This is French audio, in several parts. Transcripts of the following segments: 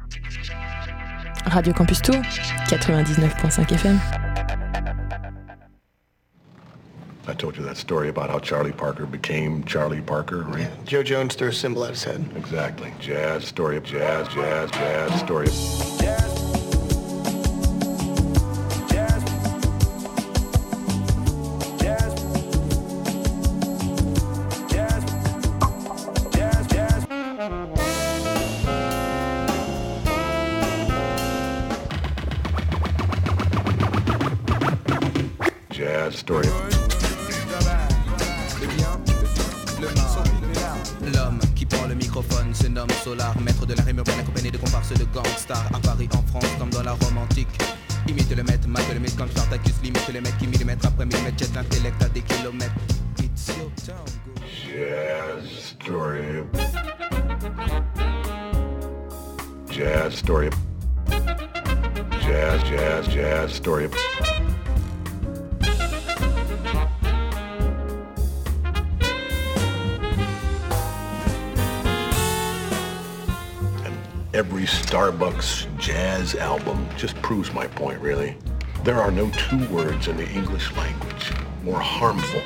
Radio Campus Tour, 99.5 FM. I told you that story about how Charlie Parker became Charlie Parker, right? Yeah, Joe Jones threw a symbol at his head. Exactly. Jazz, story of jazz, story of... Jazz, story of... L'homme qui prend le microphone se nomme Solar, maître de la rime urbaine accompagné de comparses de gangsters. À Paris, en France, comme dans la Rome antique. Imite le maître, mate le mythe comme Spartacus. Limite le mec qui millimètre après millimètre jette l'intellect à des kilomètres. It's your town, go. Jazz, story of... Jazz, story of... Jazz, story of... Every Starbucks jazz album just proves my point, really. There are no two words in the English language more harmful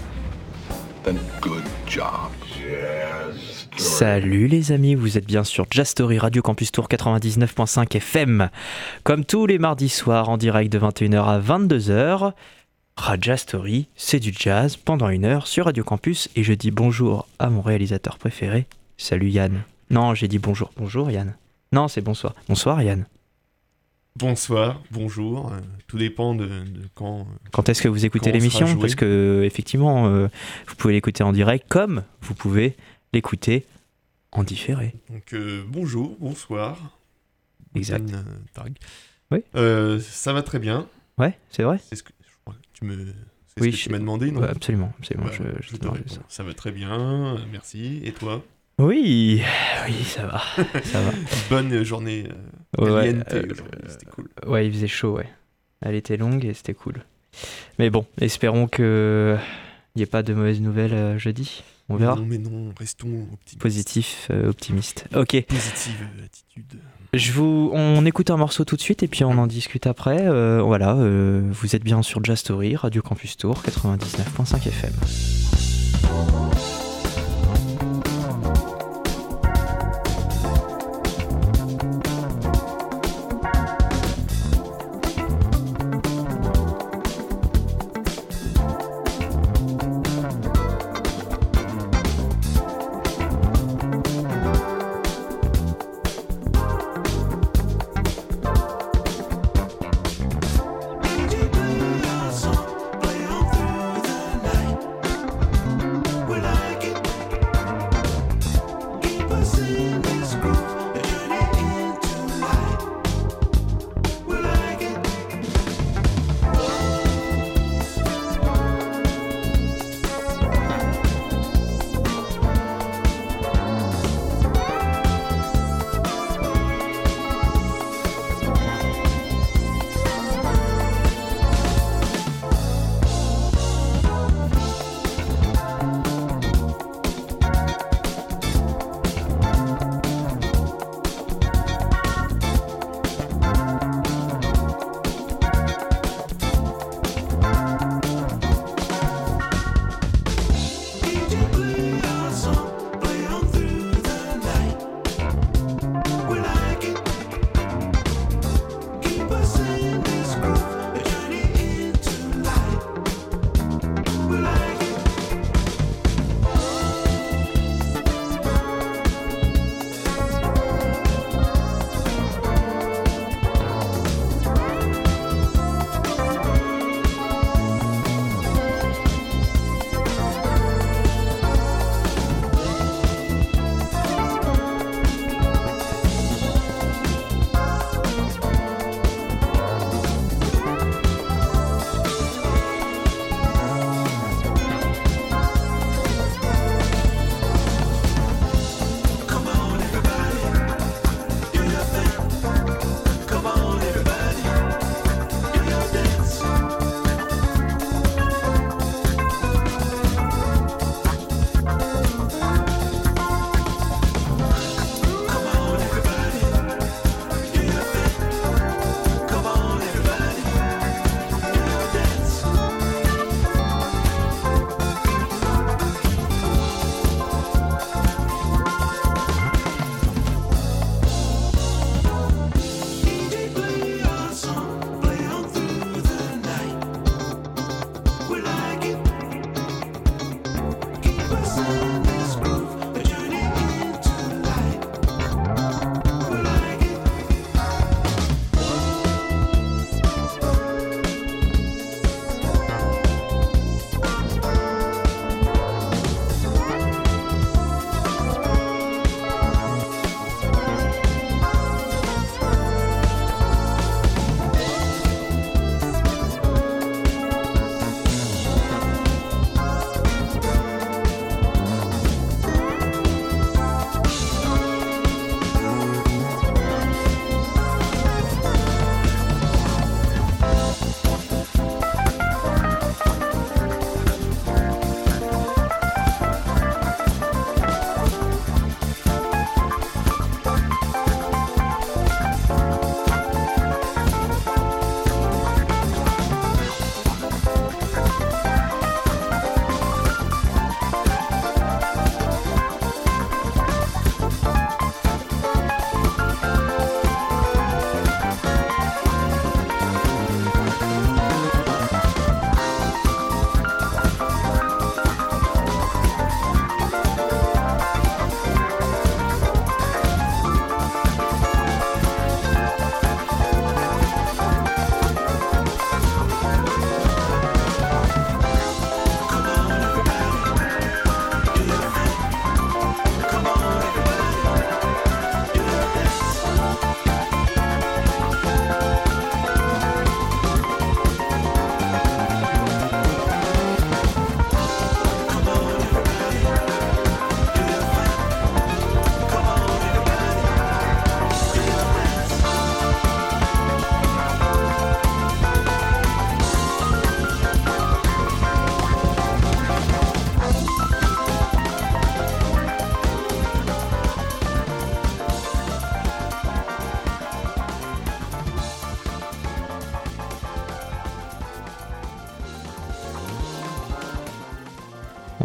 than good job. Jazz story. Salut les amis, vous êtes bien sur Jazz Story, Radio Campus Tour 99.5 FM. Comme tous les mardis soirs en direct de 21h à 22h, Jazz Story, c'est du jazz pendant une heure sur Radio Campus. Et je dis bonjour à mon réalisateur préféré. Salut Yann. Non, j'ai dit bonjour. Bonjour Yann. Non, c'est bonsoir. Bonsoir Yann. Bonsoir, bonjour. Tout dépend de quand. Quand est-ce que vous écoutez l'émission ? Parce que effectivement, vous pouvez l'écouter en direct, comme vous pouvez l'écouter en différé. Donc bonjour, bonsoir. Exact. Tag. Oui. Ça va très bien. Ouais, c'est vrai. C'est ce que tu m'as demandé, non ? Ouais, absolument. Bah, ça va très bien, merci. Et toi ? Oui, ça va. Bonne journée caliente aujourd'hui, c'était cool. Ouais, il faisait chaud, ouais. Elle était longue et c'était cool. Mais bon, espérons qu'il n'y ait pas de mauvaises nouvelles jeudi. On verra. Non, restons optimistes. Positif, optimiste. Ok. Positive attitude. On écoute un morceau tout de suite et puis on en discute après. Voilà, vous êtes bien sur Jazz Story, Radio Campus Tour, 99.5 FM. Play on through the night.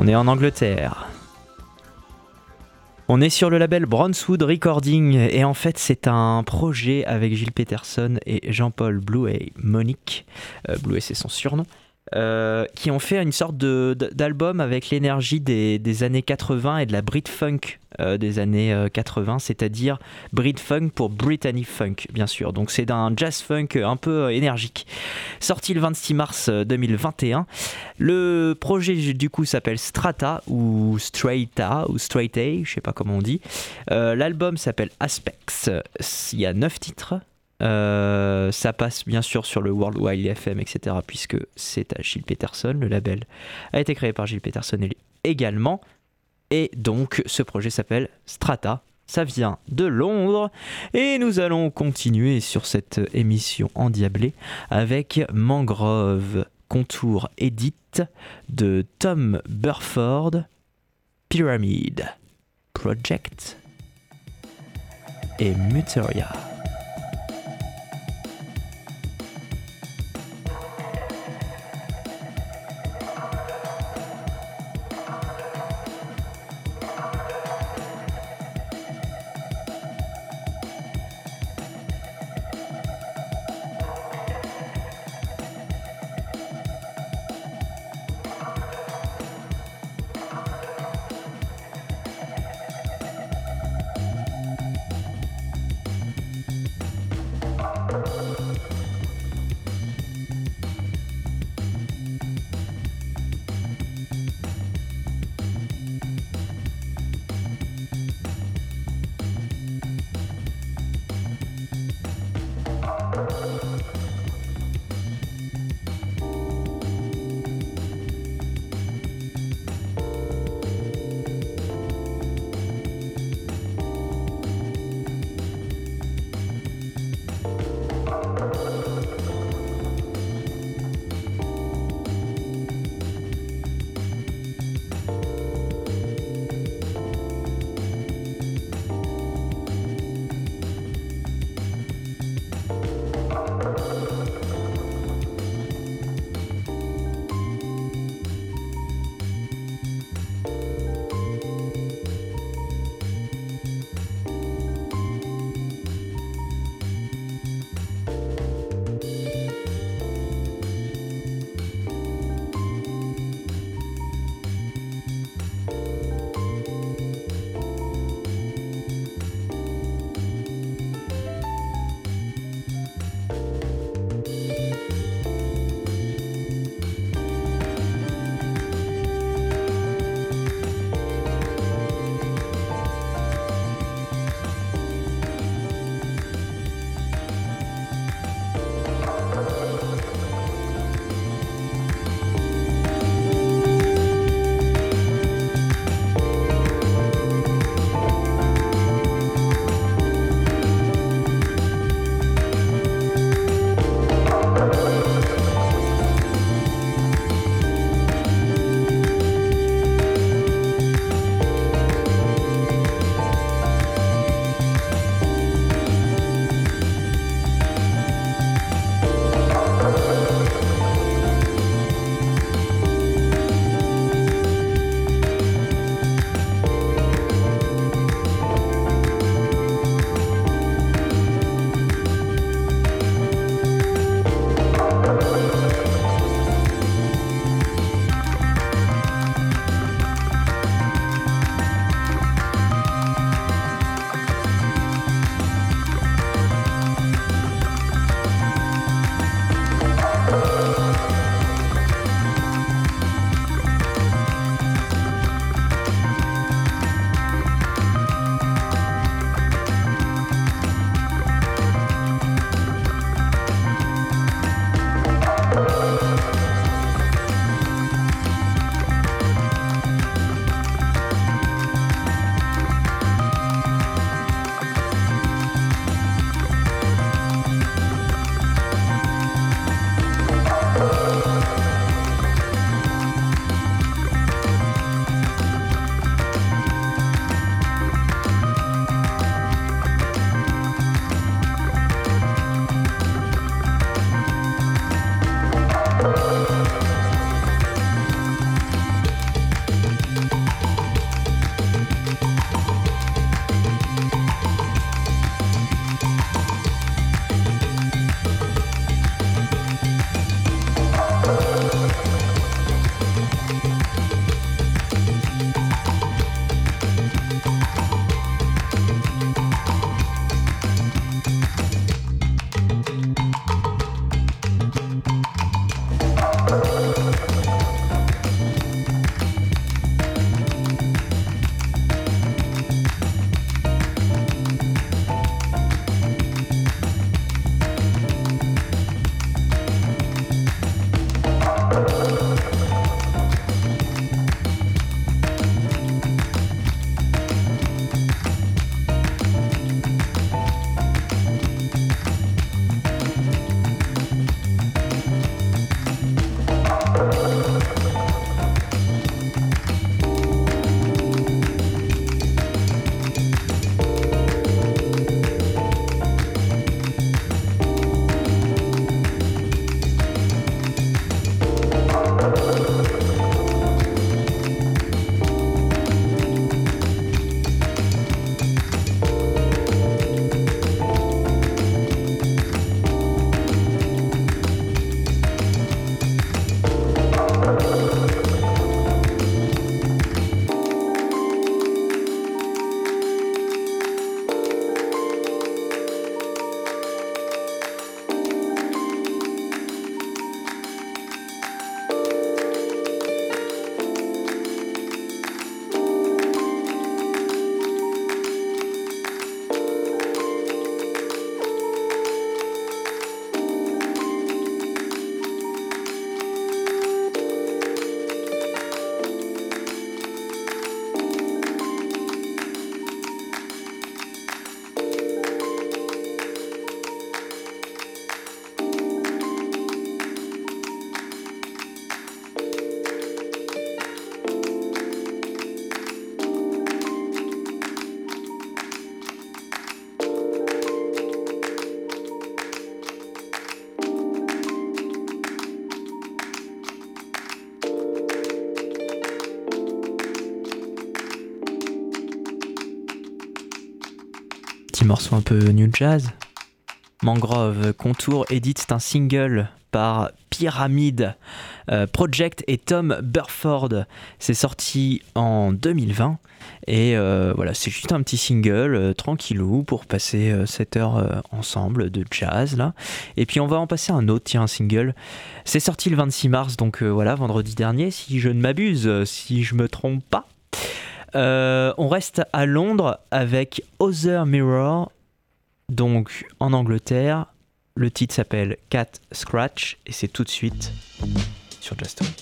On est en Angleterre. On est sur le label Brownswood Recording et en fait c'est un projet avec Gilles Peterson et Jean-Paul Bluey Monique, Bluey c'est son surnom, qui ont fait une sorte d'album avec l'énergie des années 80 et de la Brit-Funk des années 80, c'est-à-dire Brit-Funk pour Brittany Funk bien sûr, donc c'est d'un jazz-funk un peu énergique. Sorti le 26 mars 2021, le projet du coup s'appelle Strata ou Straighta ou Straighta, je sais pas comment on dit. L'album s'appelle Aspects, il y a 9 titres. Ça passe bien sûr sur le World Wide FM, etc. puisque c'est à Gilles Peterson. Le label a été créé par Gilles Peterson également. Et donc ce projet s'appelle Strata. Ça vient de Londres. Et nous allons continuer sur cette émission endiablée avec Mangrove Contour Edit de Tom Burford, Pyramid Project et Muteria. petit morceau un peu new jazz. Mangrove Contour Edit, c'est un single par Pyramid Project et Tom Burford. C'est sorti en 2020 et voilà, c'est juste un petit single tranquillou pour passer cette heure ensemble de jazz là. Et puis on va en passer un autre, tiens, un single. C'est sorti le 26 mars, donc voilà, vendredi dernier, si je ne m'abuse, si je me trompe pas. On reste à Londres avec Other Mirror, donc en Angleterre. Le titre s'appelle Cat Scratch et c'est tout de suite sur Jazz Story.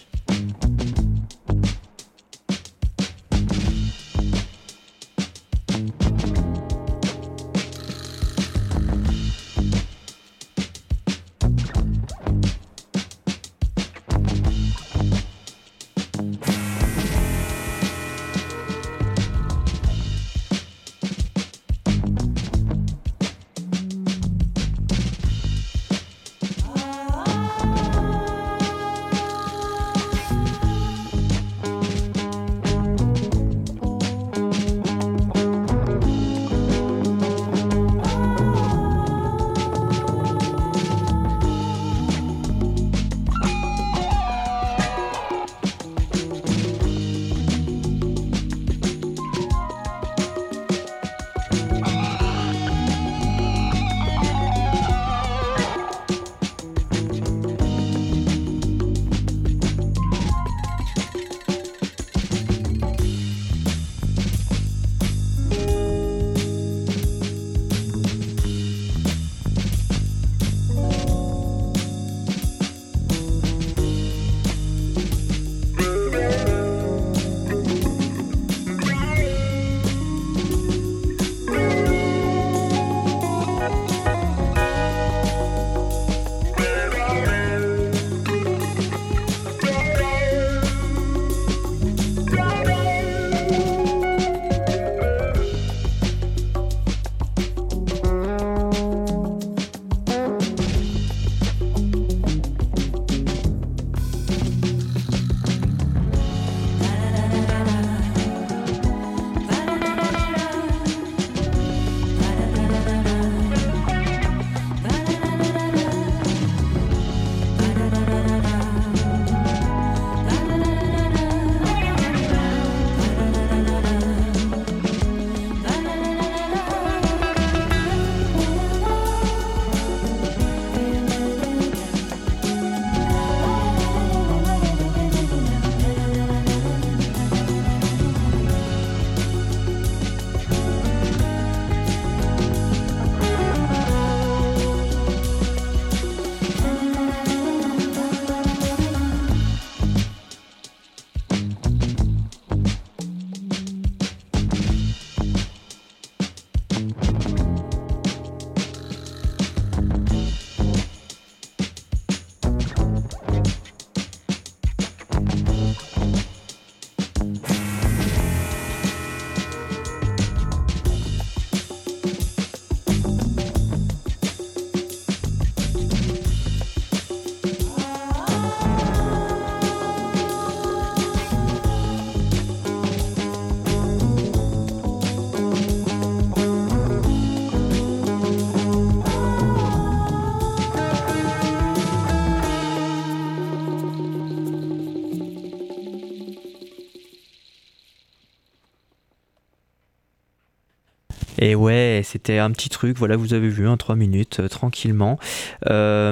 Et ouais, c'était un petit truc, voilà, vous avez vu, 3 minutes, tranquillement. J'en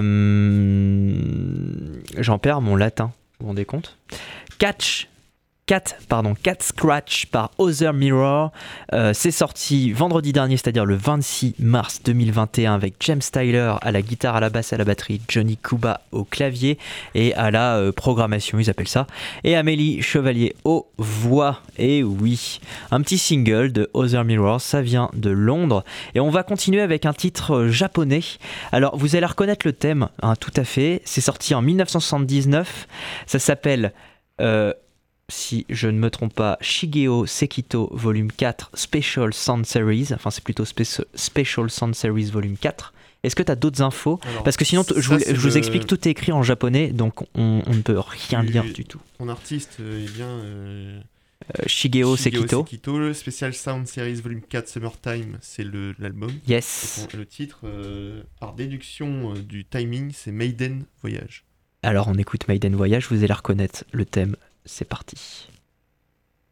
perds mon latin, vous vous rendez compte ? Cat Scratch par Other Mirror. C'est sorti vendredi dernier, c'est-à-dire le 26 mars 2021, avec James Tyler à la guitare, à la basse, à la batterie, Johnny Cuba au clavier et à la programmation, ils appellent ça, et Amélie Chevalier aux voix. Et oui, un petit single de Other Mirror, ça vient de Londres. Et on va continuer avec un titre japonais. Alors, vous allez reconnaître le thème, tout à fait. C'est sorti en 1979. Ça s'appelle... si je ne me trompe pas, Shigeo Sekito Volume 4 Special Sound Series, enfin c'est plutôt Special Sound Series Volume 4. Est-ce que tu as d'autres infos ? Alors, parce que sinon, je vous explique, tout est écrit en japonais, donc on ne peut rien lire du tout. Ton artiste est bien Shigeo Sekito. Le Special Sound Series Volume 4 Summertime, c'est l'album. Yes. Le titre, par déduction du timing, c'est Maiden Voyage. Alors on écoute Maiden Voyage, vous allez reconnaître le thème, c'est parti. Non ?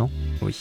Oui.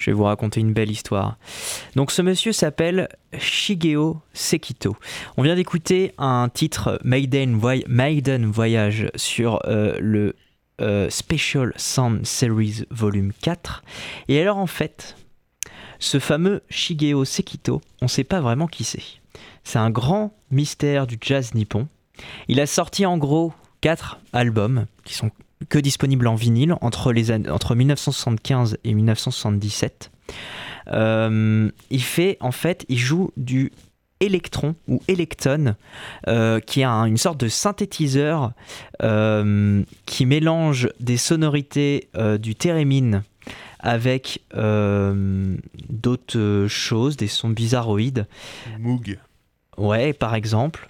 Je vais vous raconter une belle histoire. Donc ce monsieur s'appelle Shigeo Sekito. On vient d'écouter un titre Maiden Voyage sur le Special Sound Series Volume 4. Et alors en fait, ce fameux Shigeo Sekito, on ne sait pas vraiment qui c'est. C'est un grand mystère du jazz nippon. Il a sorti en gros 4 albums qui sont que disponibles en vinyle entre 1975 et 1977. Il joue du Electron ou Electon, qui est une sorte de synthétiseur qui mélange des sonorités du theremin avec d'autres choses, des sons bizarroïdes. Moog. Ouais, par exemple.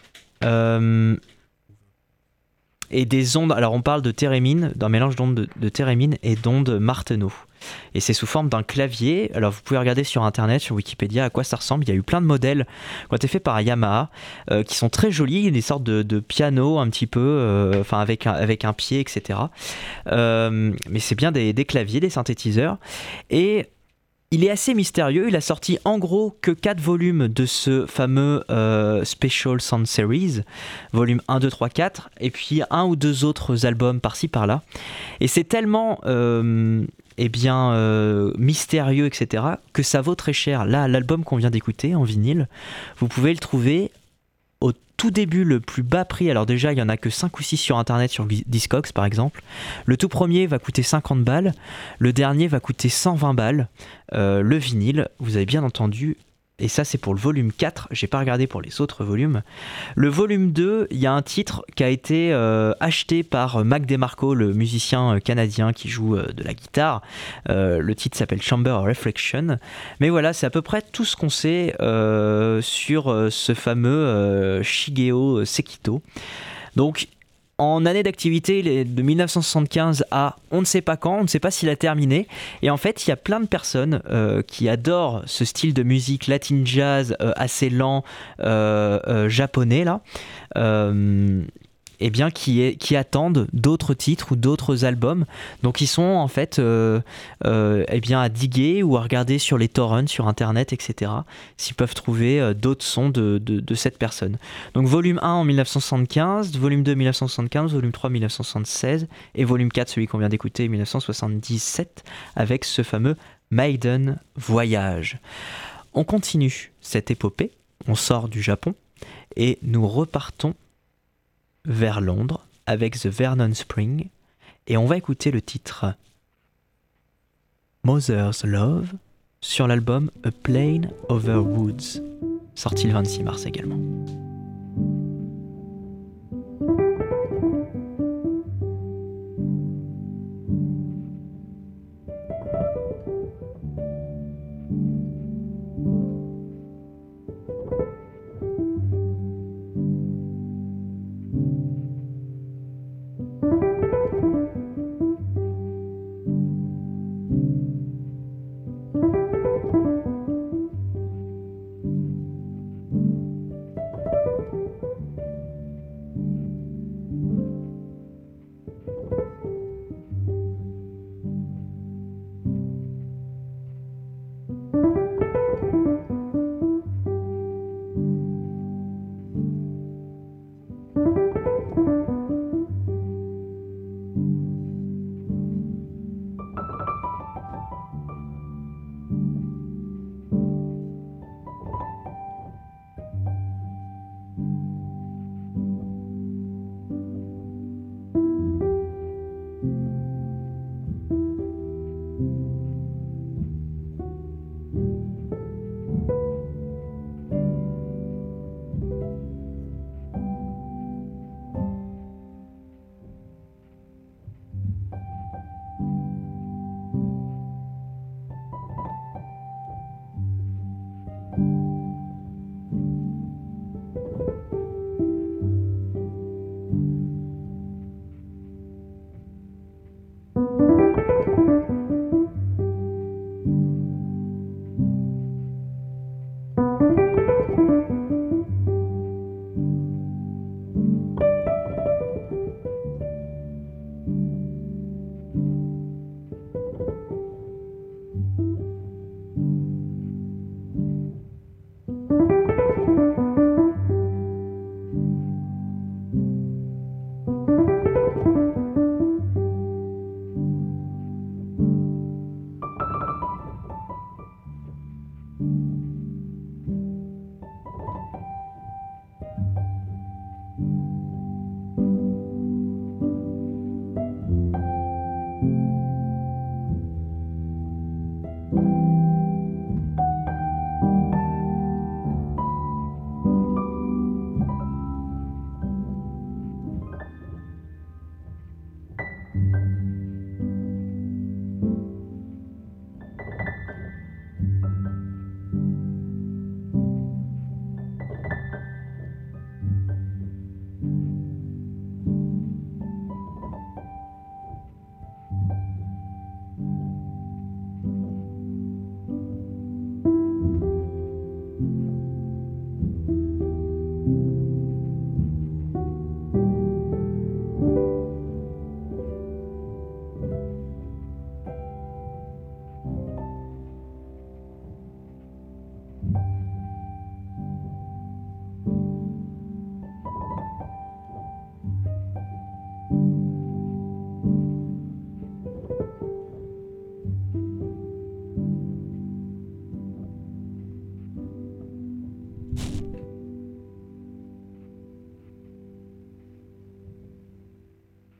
Et des ondes, alors on parle de theremin, d'un mélange d'ondes de theremin et d'ondes Martenot. Et c'est sous forme d'un clavier. Alors vous pouvez regarder sur internet, sur Wikipédia, à quoi ça ressemble. Il y a eu plein de modèles qui ont été faits par Yamaha, qui sont très jolis, des sortes de piano un petit peu, avec un pied, etc. Mais c'est bien des claviers, des synthétiseurs. Et il est assez mystérieux, il a sorti en gros que 4 volumes de ce fameux Special Sound Series, volume 1, 2, 3, 4, et puis 1 ou 2 autres albums par-ci par-là. Et c'est tellement mystérieux, etc., que ça vaut très cher. Là, l'album qu'on vient d'écouter en vinyle, vous pouvez le trouver au tout début, le plus bas prix. Alors déjà, il y en a que 5 ou 6 sur internet, sur Discogs par exemple. Le tout premier va coûter 50 balles, le dernier va coûter 120 balles. Le vinyle, vous avez bien entendu, et ça c'est pour le volume 4, j'ai pas regardé pour les autres volumes. Le volume 2, il y a un titre qui a été acheté par Mac DeMarco, le musicien canadien qui joue de la guitare. Le titre s'appelle Chamber of Reflection. Mais voilà, c'est à peu près tout ce qu'on sait sur ce fameux Shigeo Sekito. Donc en année d'activité de 1975 à on ne sait pas quand, on ne sait pas s'il a terminé. Et en fait, il y a plein de personnes qui adorent ce style de musique latin jazz assez lent, japonais là. Qui attendent d'autres titres ou d'autres albums. Donc ils sont en fait à diguer ou à regarder sur les torrents, sur internet, etc. s'ils peuvent trouver d'autres sons de cette personne. Donc volume 1 en 1975, volume 2 1975, volume 3 1976 et volume 4, celui qu'on vient d'écouter, 1977, avec ce fameux Maiden Voyage. On continue cette épopée, on sort du Japon et nous repartons vers Londres avec The Vernon Spring et on va écouter le titre Mother's Love sur l'album A Plane Over Woods, sorti le 26 mars également.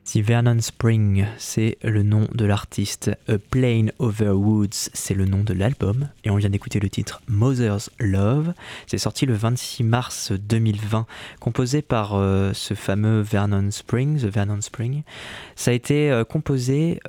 The Vernon Spring, c'est le nom de l'artiste. A Plane Over Woods, c'est le nom de l'album. Et on vient d'écouter le titre Mother's Love. C'est sorti le 26 mars 2020, composé par ce fameux Vernon Spring, The Vernon Spring. Ça a été composé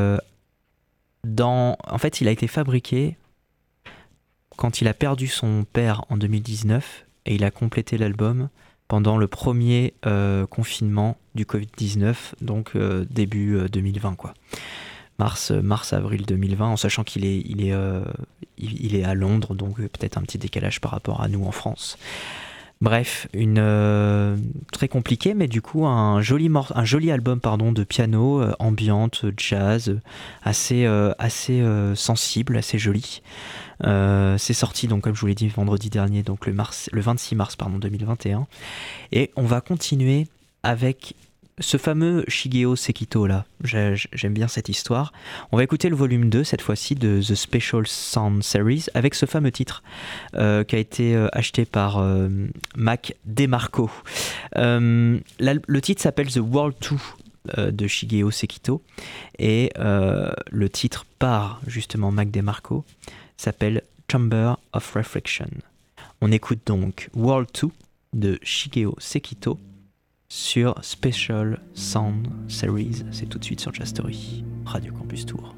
En fait, il a été fabriqué quand il a perdu son père en 2019 et il a complété l'album pendant le premier confinement du Covid-19, donc début 2020, quoi. Mars-avril 2020, en sachant qu'il est à Londres, donc peut-être un petit décalage par rapport à nous en France. Bref, très compliqué, mais du coup un joli album de piano, ambiante, jazz, assez sensible, assez joli. C'est sorti, donc comme je vous l'ai dit, vendredi dernier, donc le 26 mars 2021. Et on va continuer avec ce fameux Shigeo Sekito là. J'aime bien cette histoire. On va écouter le volume 2 cette fois-ci de The Special Sound Series avec ce fameux titre qui a été acheté par Mac DeMarco. Le titre s'appelle The World 2 de Shigeo Sekito et le titre par justement Mac DeMarco s'appelle Chamber of Reflection. On écoute donc World 2 de Shigeo Sekito sur Special Sound Series. C'est tout de suite sur Jazz Story, Radio Campus Tour.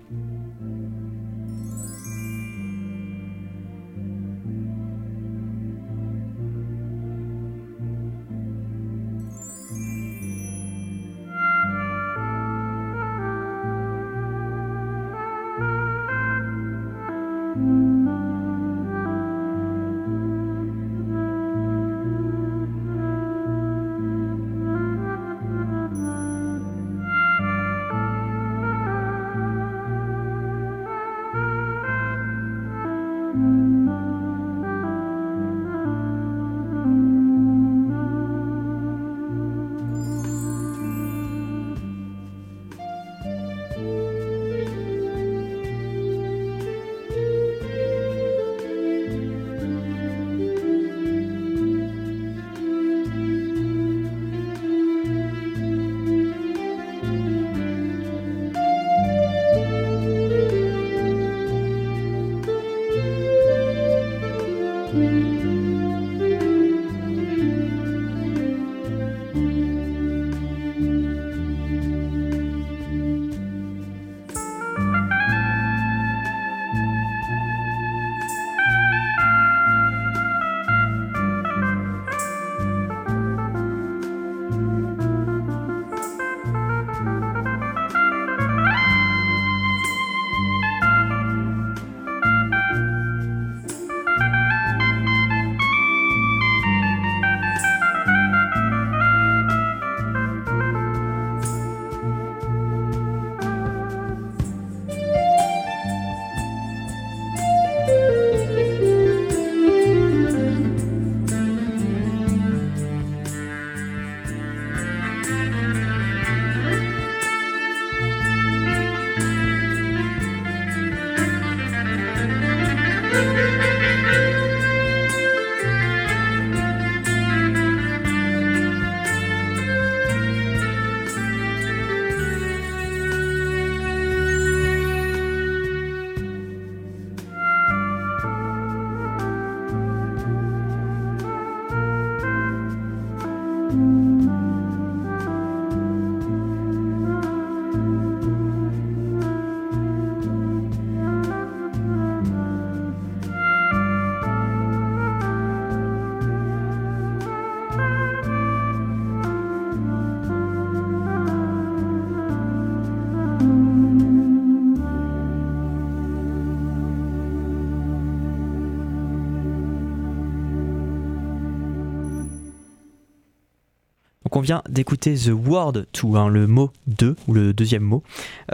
Donc on vient d'écouter The Word 2, le mot 2, ou le deuxième mot,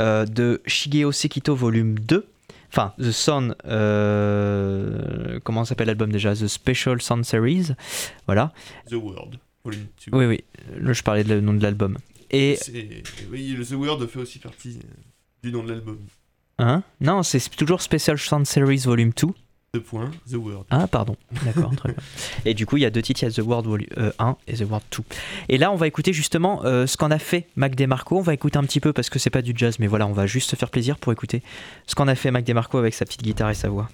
de Shigeo Sekito volume 2. Enfin, The Sound, comment s'appelle l'album déjà? The Special Sound Series, voilà. The Word, volume 2. Oui, là, je parlais du nom de l'album. Et oui, The Word fait aussi partie du nom de l'album. Hein? Non, c'est toujours Special Sound Series volume 2. The World. Ah, pardon. D'accord, très bien. Et du coup, il y a 2 titres, il y a The World 1 et The World 2. Et là, on va écouter justement ce qu'en a fait Mac DeMarco. On va écouter un petit peu parce que c'est pas du jazz, mais voilà, on va juste se faire plaisir pour écouter ce qu'en a fait Mac DeMarco avec sa petite guitare et sa voix.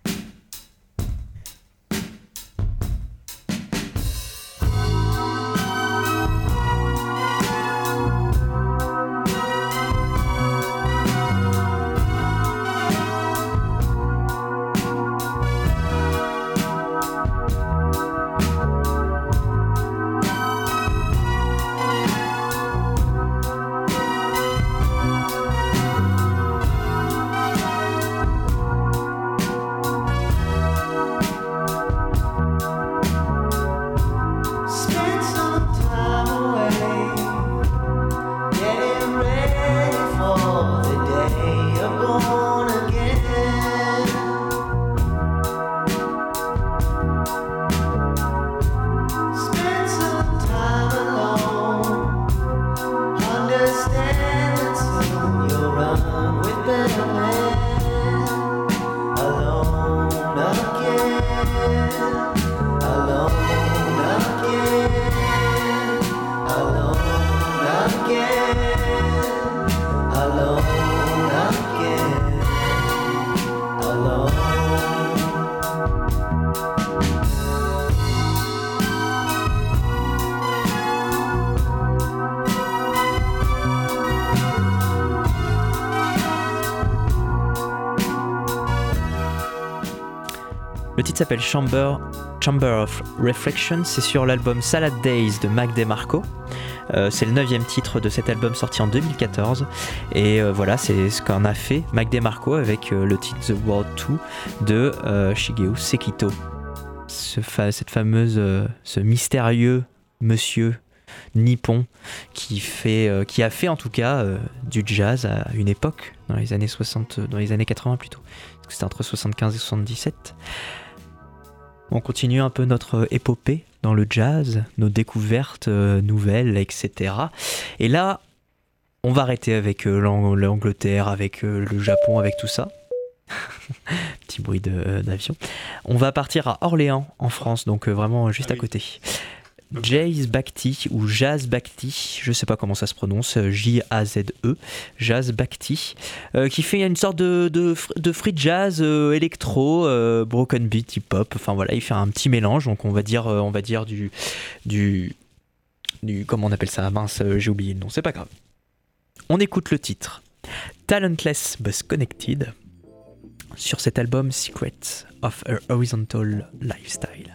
Le titre s'appelle Chamber of Reflection, c'est sur l'album Salad Days de Mac DeMarco. C'est le 9e titre de cet album sorti en 2014 et voilà, c'est ce qu'en a fait Mac DeMarco avec le titre The World 2 de Shigeo Sekito. Ce mystérieux monsieur nippon qui a fait en tout cas du jazz à une époque, dans les années 80 plutôt, parce que c'était entre 75 et 77. On continue un peu notre épopée dans le jazz, nos découvertes nouvelles, etc. Et là, on va arrêter avec l'Angleterre, avec le Japon, avec tout ça. Petit bruit d'avion. On va partir à Orléans, en France, donc vraiment juste à côté. Jazz Bhakti ou Jazz Bhakti, je sais pas comment ça se prononce, J-A-Z-E, Jazz Bhakti, qui fait une sorte de free jazz électro, broken beat, hip hop, enfin voilà, il fait un petit mélange, donc on va dire du comment on appelle ça, mince, j'ai oublié le nom, c'est pas grave. On écoute le titre Talentless but Connected sur cet album Secrets of a Horizontal Lifestyle.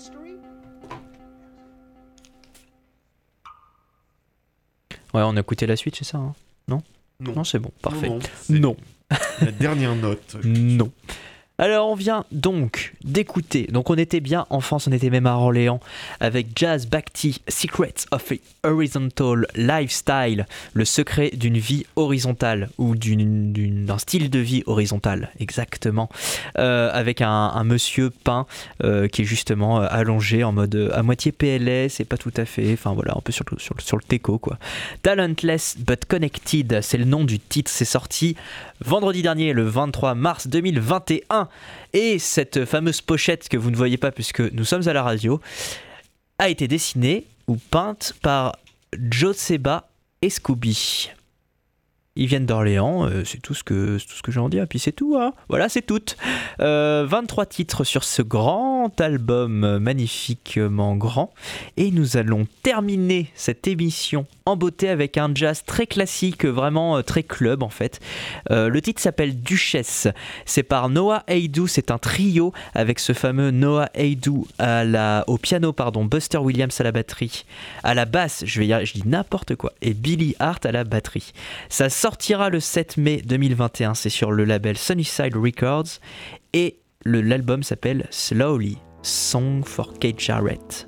Ouais, on a écouté la suite, c'est ça, hein? Non, c'est bon, parfait. Non. La dernière note. Non. Alors on vient donc d'écouter, donc on était bien en France, on était même à Orléans, avec Jazz Bhakti, Secrets of a Horizontal Lifestyle, le secret d'une vie horizontale, ou d'un style de vie horizontal, exactement, avec un monsieur peint qui est justement allongé en mode à moitié PLS et pas tout à fait, enfin voilà, un peu sur le teco quoi. Talentless but Connected, c'est le nom du titre, c'est sorti vendredi dernier, le 23 mars 2021. Et cette fameuse pochette que vous ne voyez pas puisque nous sommes à la radio a été dessinée ou peinte par Joseba et Scooby. Ils viennent d'Orléans, c'est tout ce que j'ai à en dire, et puis c'est tout, hein. Voilà, c'est tout. 23 titres sur ce grand album magnifiquement grand, et nous allons terminer cette émission en beauté avec un jazz très classique, vraiment très club en fait. Le titre s'appelle Duchesse, c'est par Noah Aidoo, c'est un trio avec ce fameux Noah Aidoo au piano, Buster Williams à la batterie, à la basse, je dis n'importe quoi, et Billy Hart à la batterie. Ça sortira le 7 mai 2021, c'est sur le label Sunnyside Records et l'album s'appelle Slowly, Song for Kate Jarrett.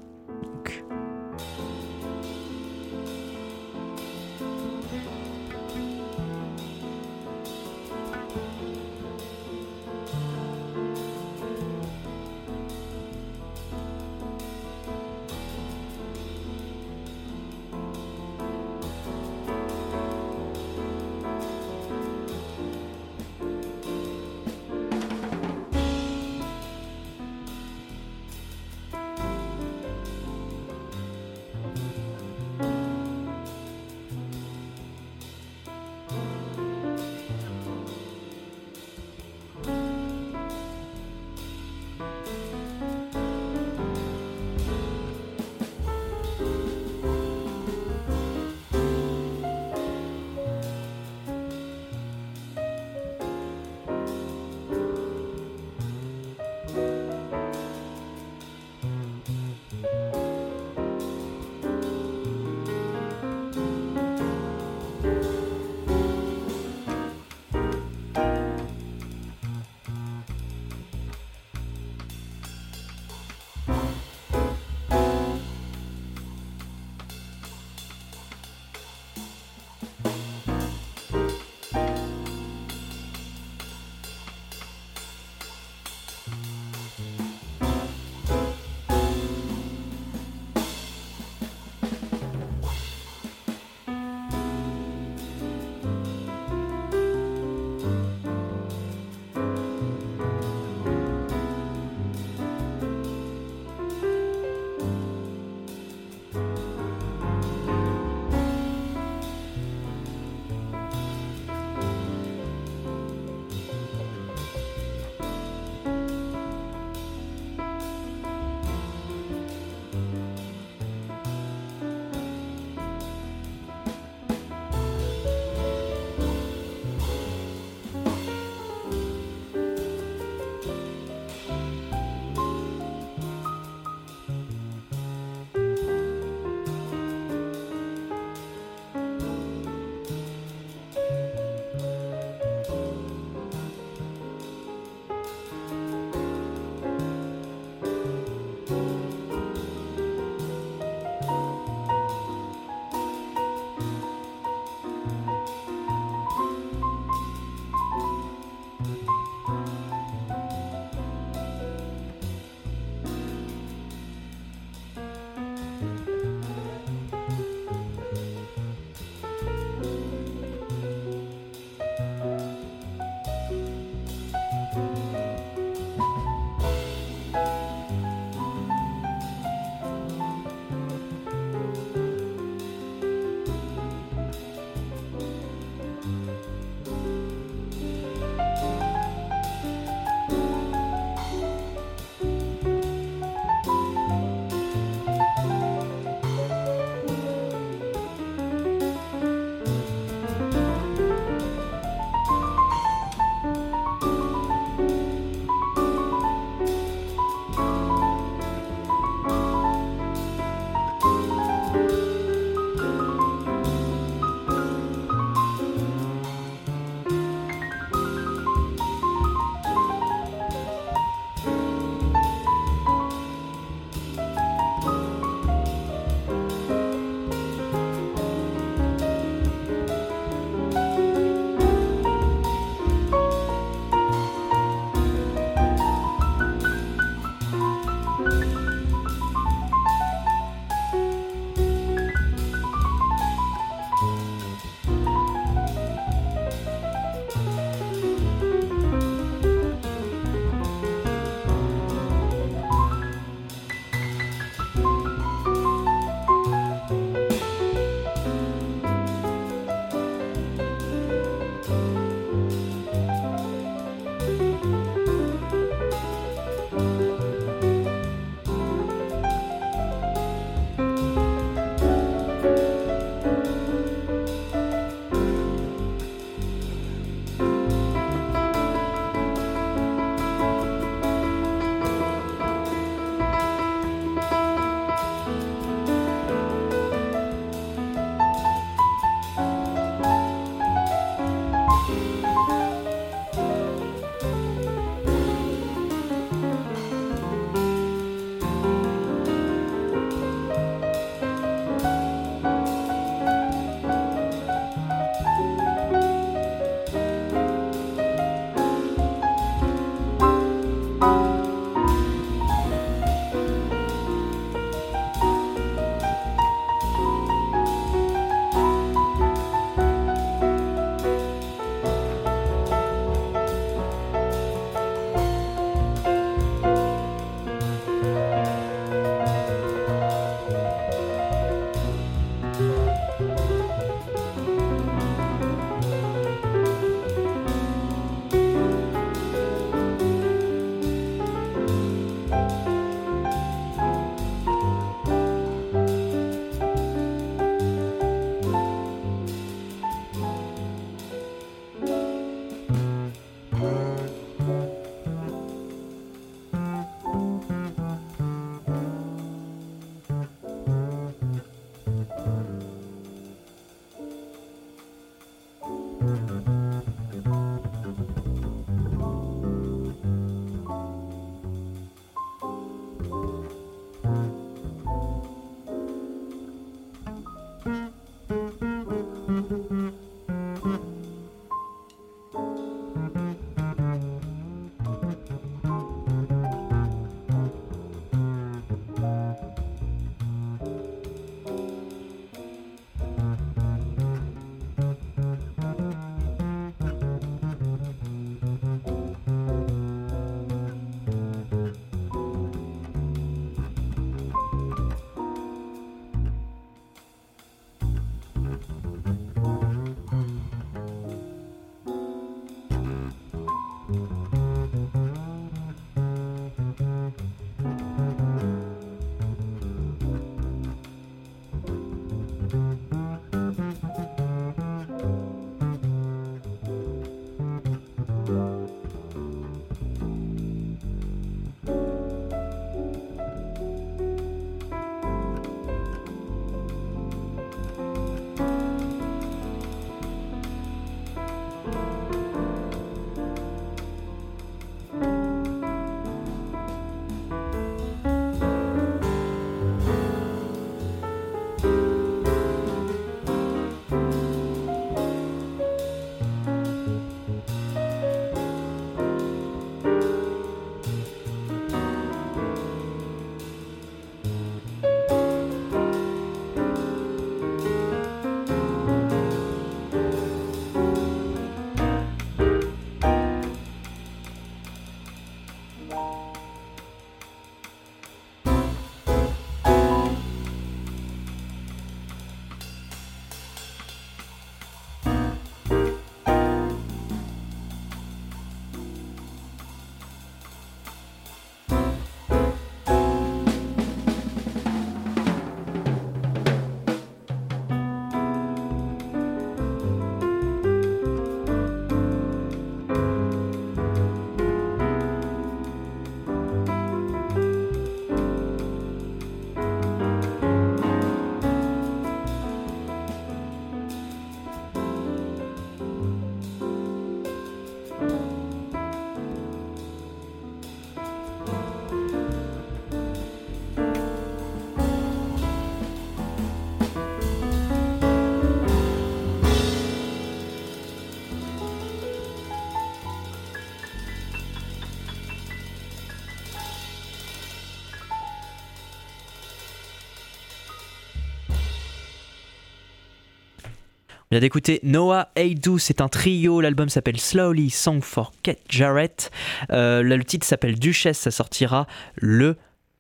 On vient d'écouter Noah Aidoo, c'est un trio, l'album s'appelle Slowly Song for Kate Jarrett, le titre s'appelle Duchesse, ça sortira le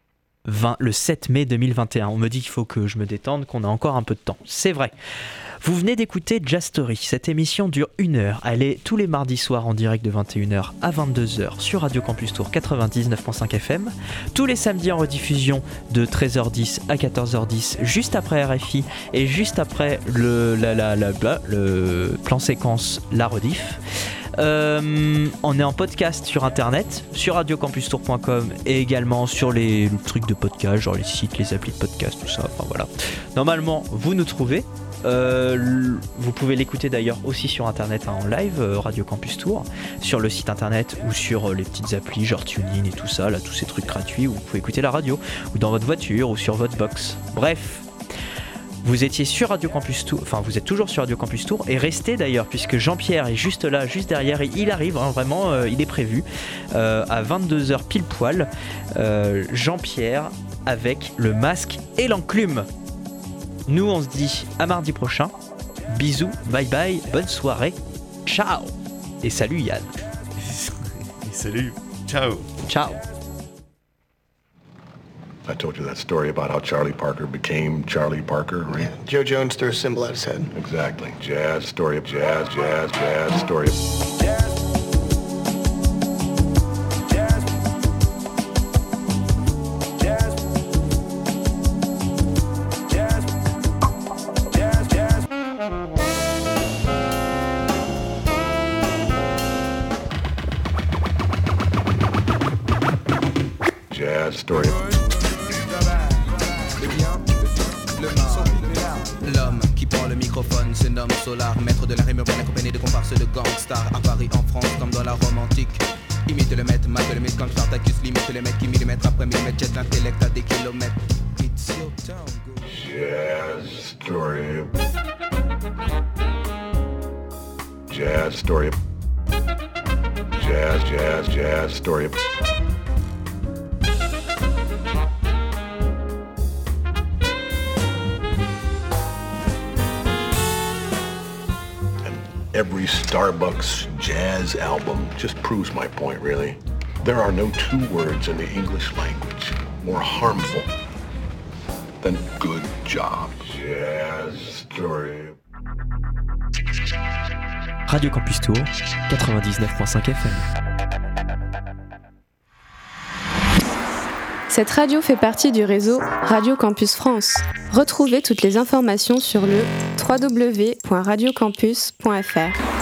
7 mai 2021. On me dit qu'il faut que je me détende, qu'on a encore un peu de temps, c'est vrai. Vous venez d'écouter Jazz Story, cette émission dure 1 heure, elle est tous les mardis soirs en direct de 21h à 22h sur Radio Campus Tour 99.5 FM, tous les samedis en rediffusion de 13h10 à 14h10, juste après RFI et juste après le plan séquence, la rediff. On est en podcast sur internet, sur radiocampustour.com et également sur les trucs de podcast, genre les sites, les applis de podcast, tout ça, enfin voilà. Normalement, vous nous trouvez. Vous pouvez l'écouter d'ailleurs aussi sur internet en live, Radio Campus Tour, sur le site internet ou sur les petites applis genre TuneIn et tout ça, là, tous ces trucs gratuits où vous pouvez écouter la radio, ou dans votre voiture ou sur votre box. Bref, vous étiez sur Radio Campus Tour, enfin vous êtes toujours sur Radio Campus Tour, et restez d'ailleurs puisque Jean-Pierre est juste là, juste derrière, et il arrive, hein, vraiment, il est prévu à 22h pile poil. Jean-Pierre avec le masque et l'enclume. Nous on se dit à mardi prochain. Bisous, bye bye, bonne soirée, ciao. Et salut Yann. Et salut, ciao. Ciao. I told you that story about how Charlie Parker became Charlie Parker, right? Yeah, Joe Jones threw a cymbal at his head. Exactly. Jazz, story of jazz, jazz, jazz, story of... Story. L'homme qui prend le microphone se nomme Solar, maître de la rime urbaine accompagné de comparses de gangstars. À Paris, en France, comme dans la Rome antique. Imite le maître, mate le mythe comme Spartacus. Limite les mecs qui millimètre après millimètre jettent l'intellect à des kilomètres. It's your town, go. Jazz, story. Jazz, story. jazz story. And every Starbucks jazz album just proves my point, really. There are no two words in the English language more harmful than good job. Jazz story. Radio Campus Tour, 99.5 FM. Cette radio fait partie du réseau Radio Campus France. Retrouvez toutes les informations sur le www.radiocampus.fr.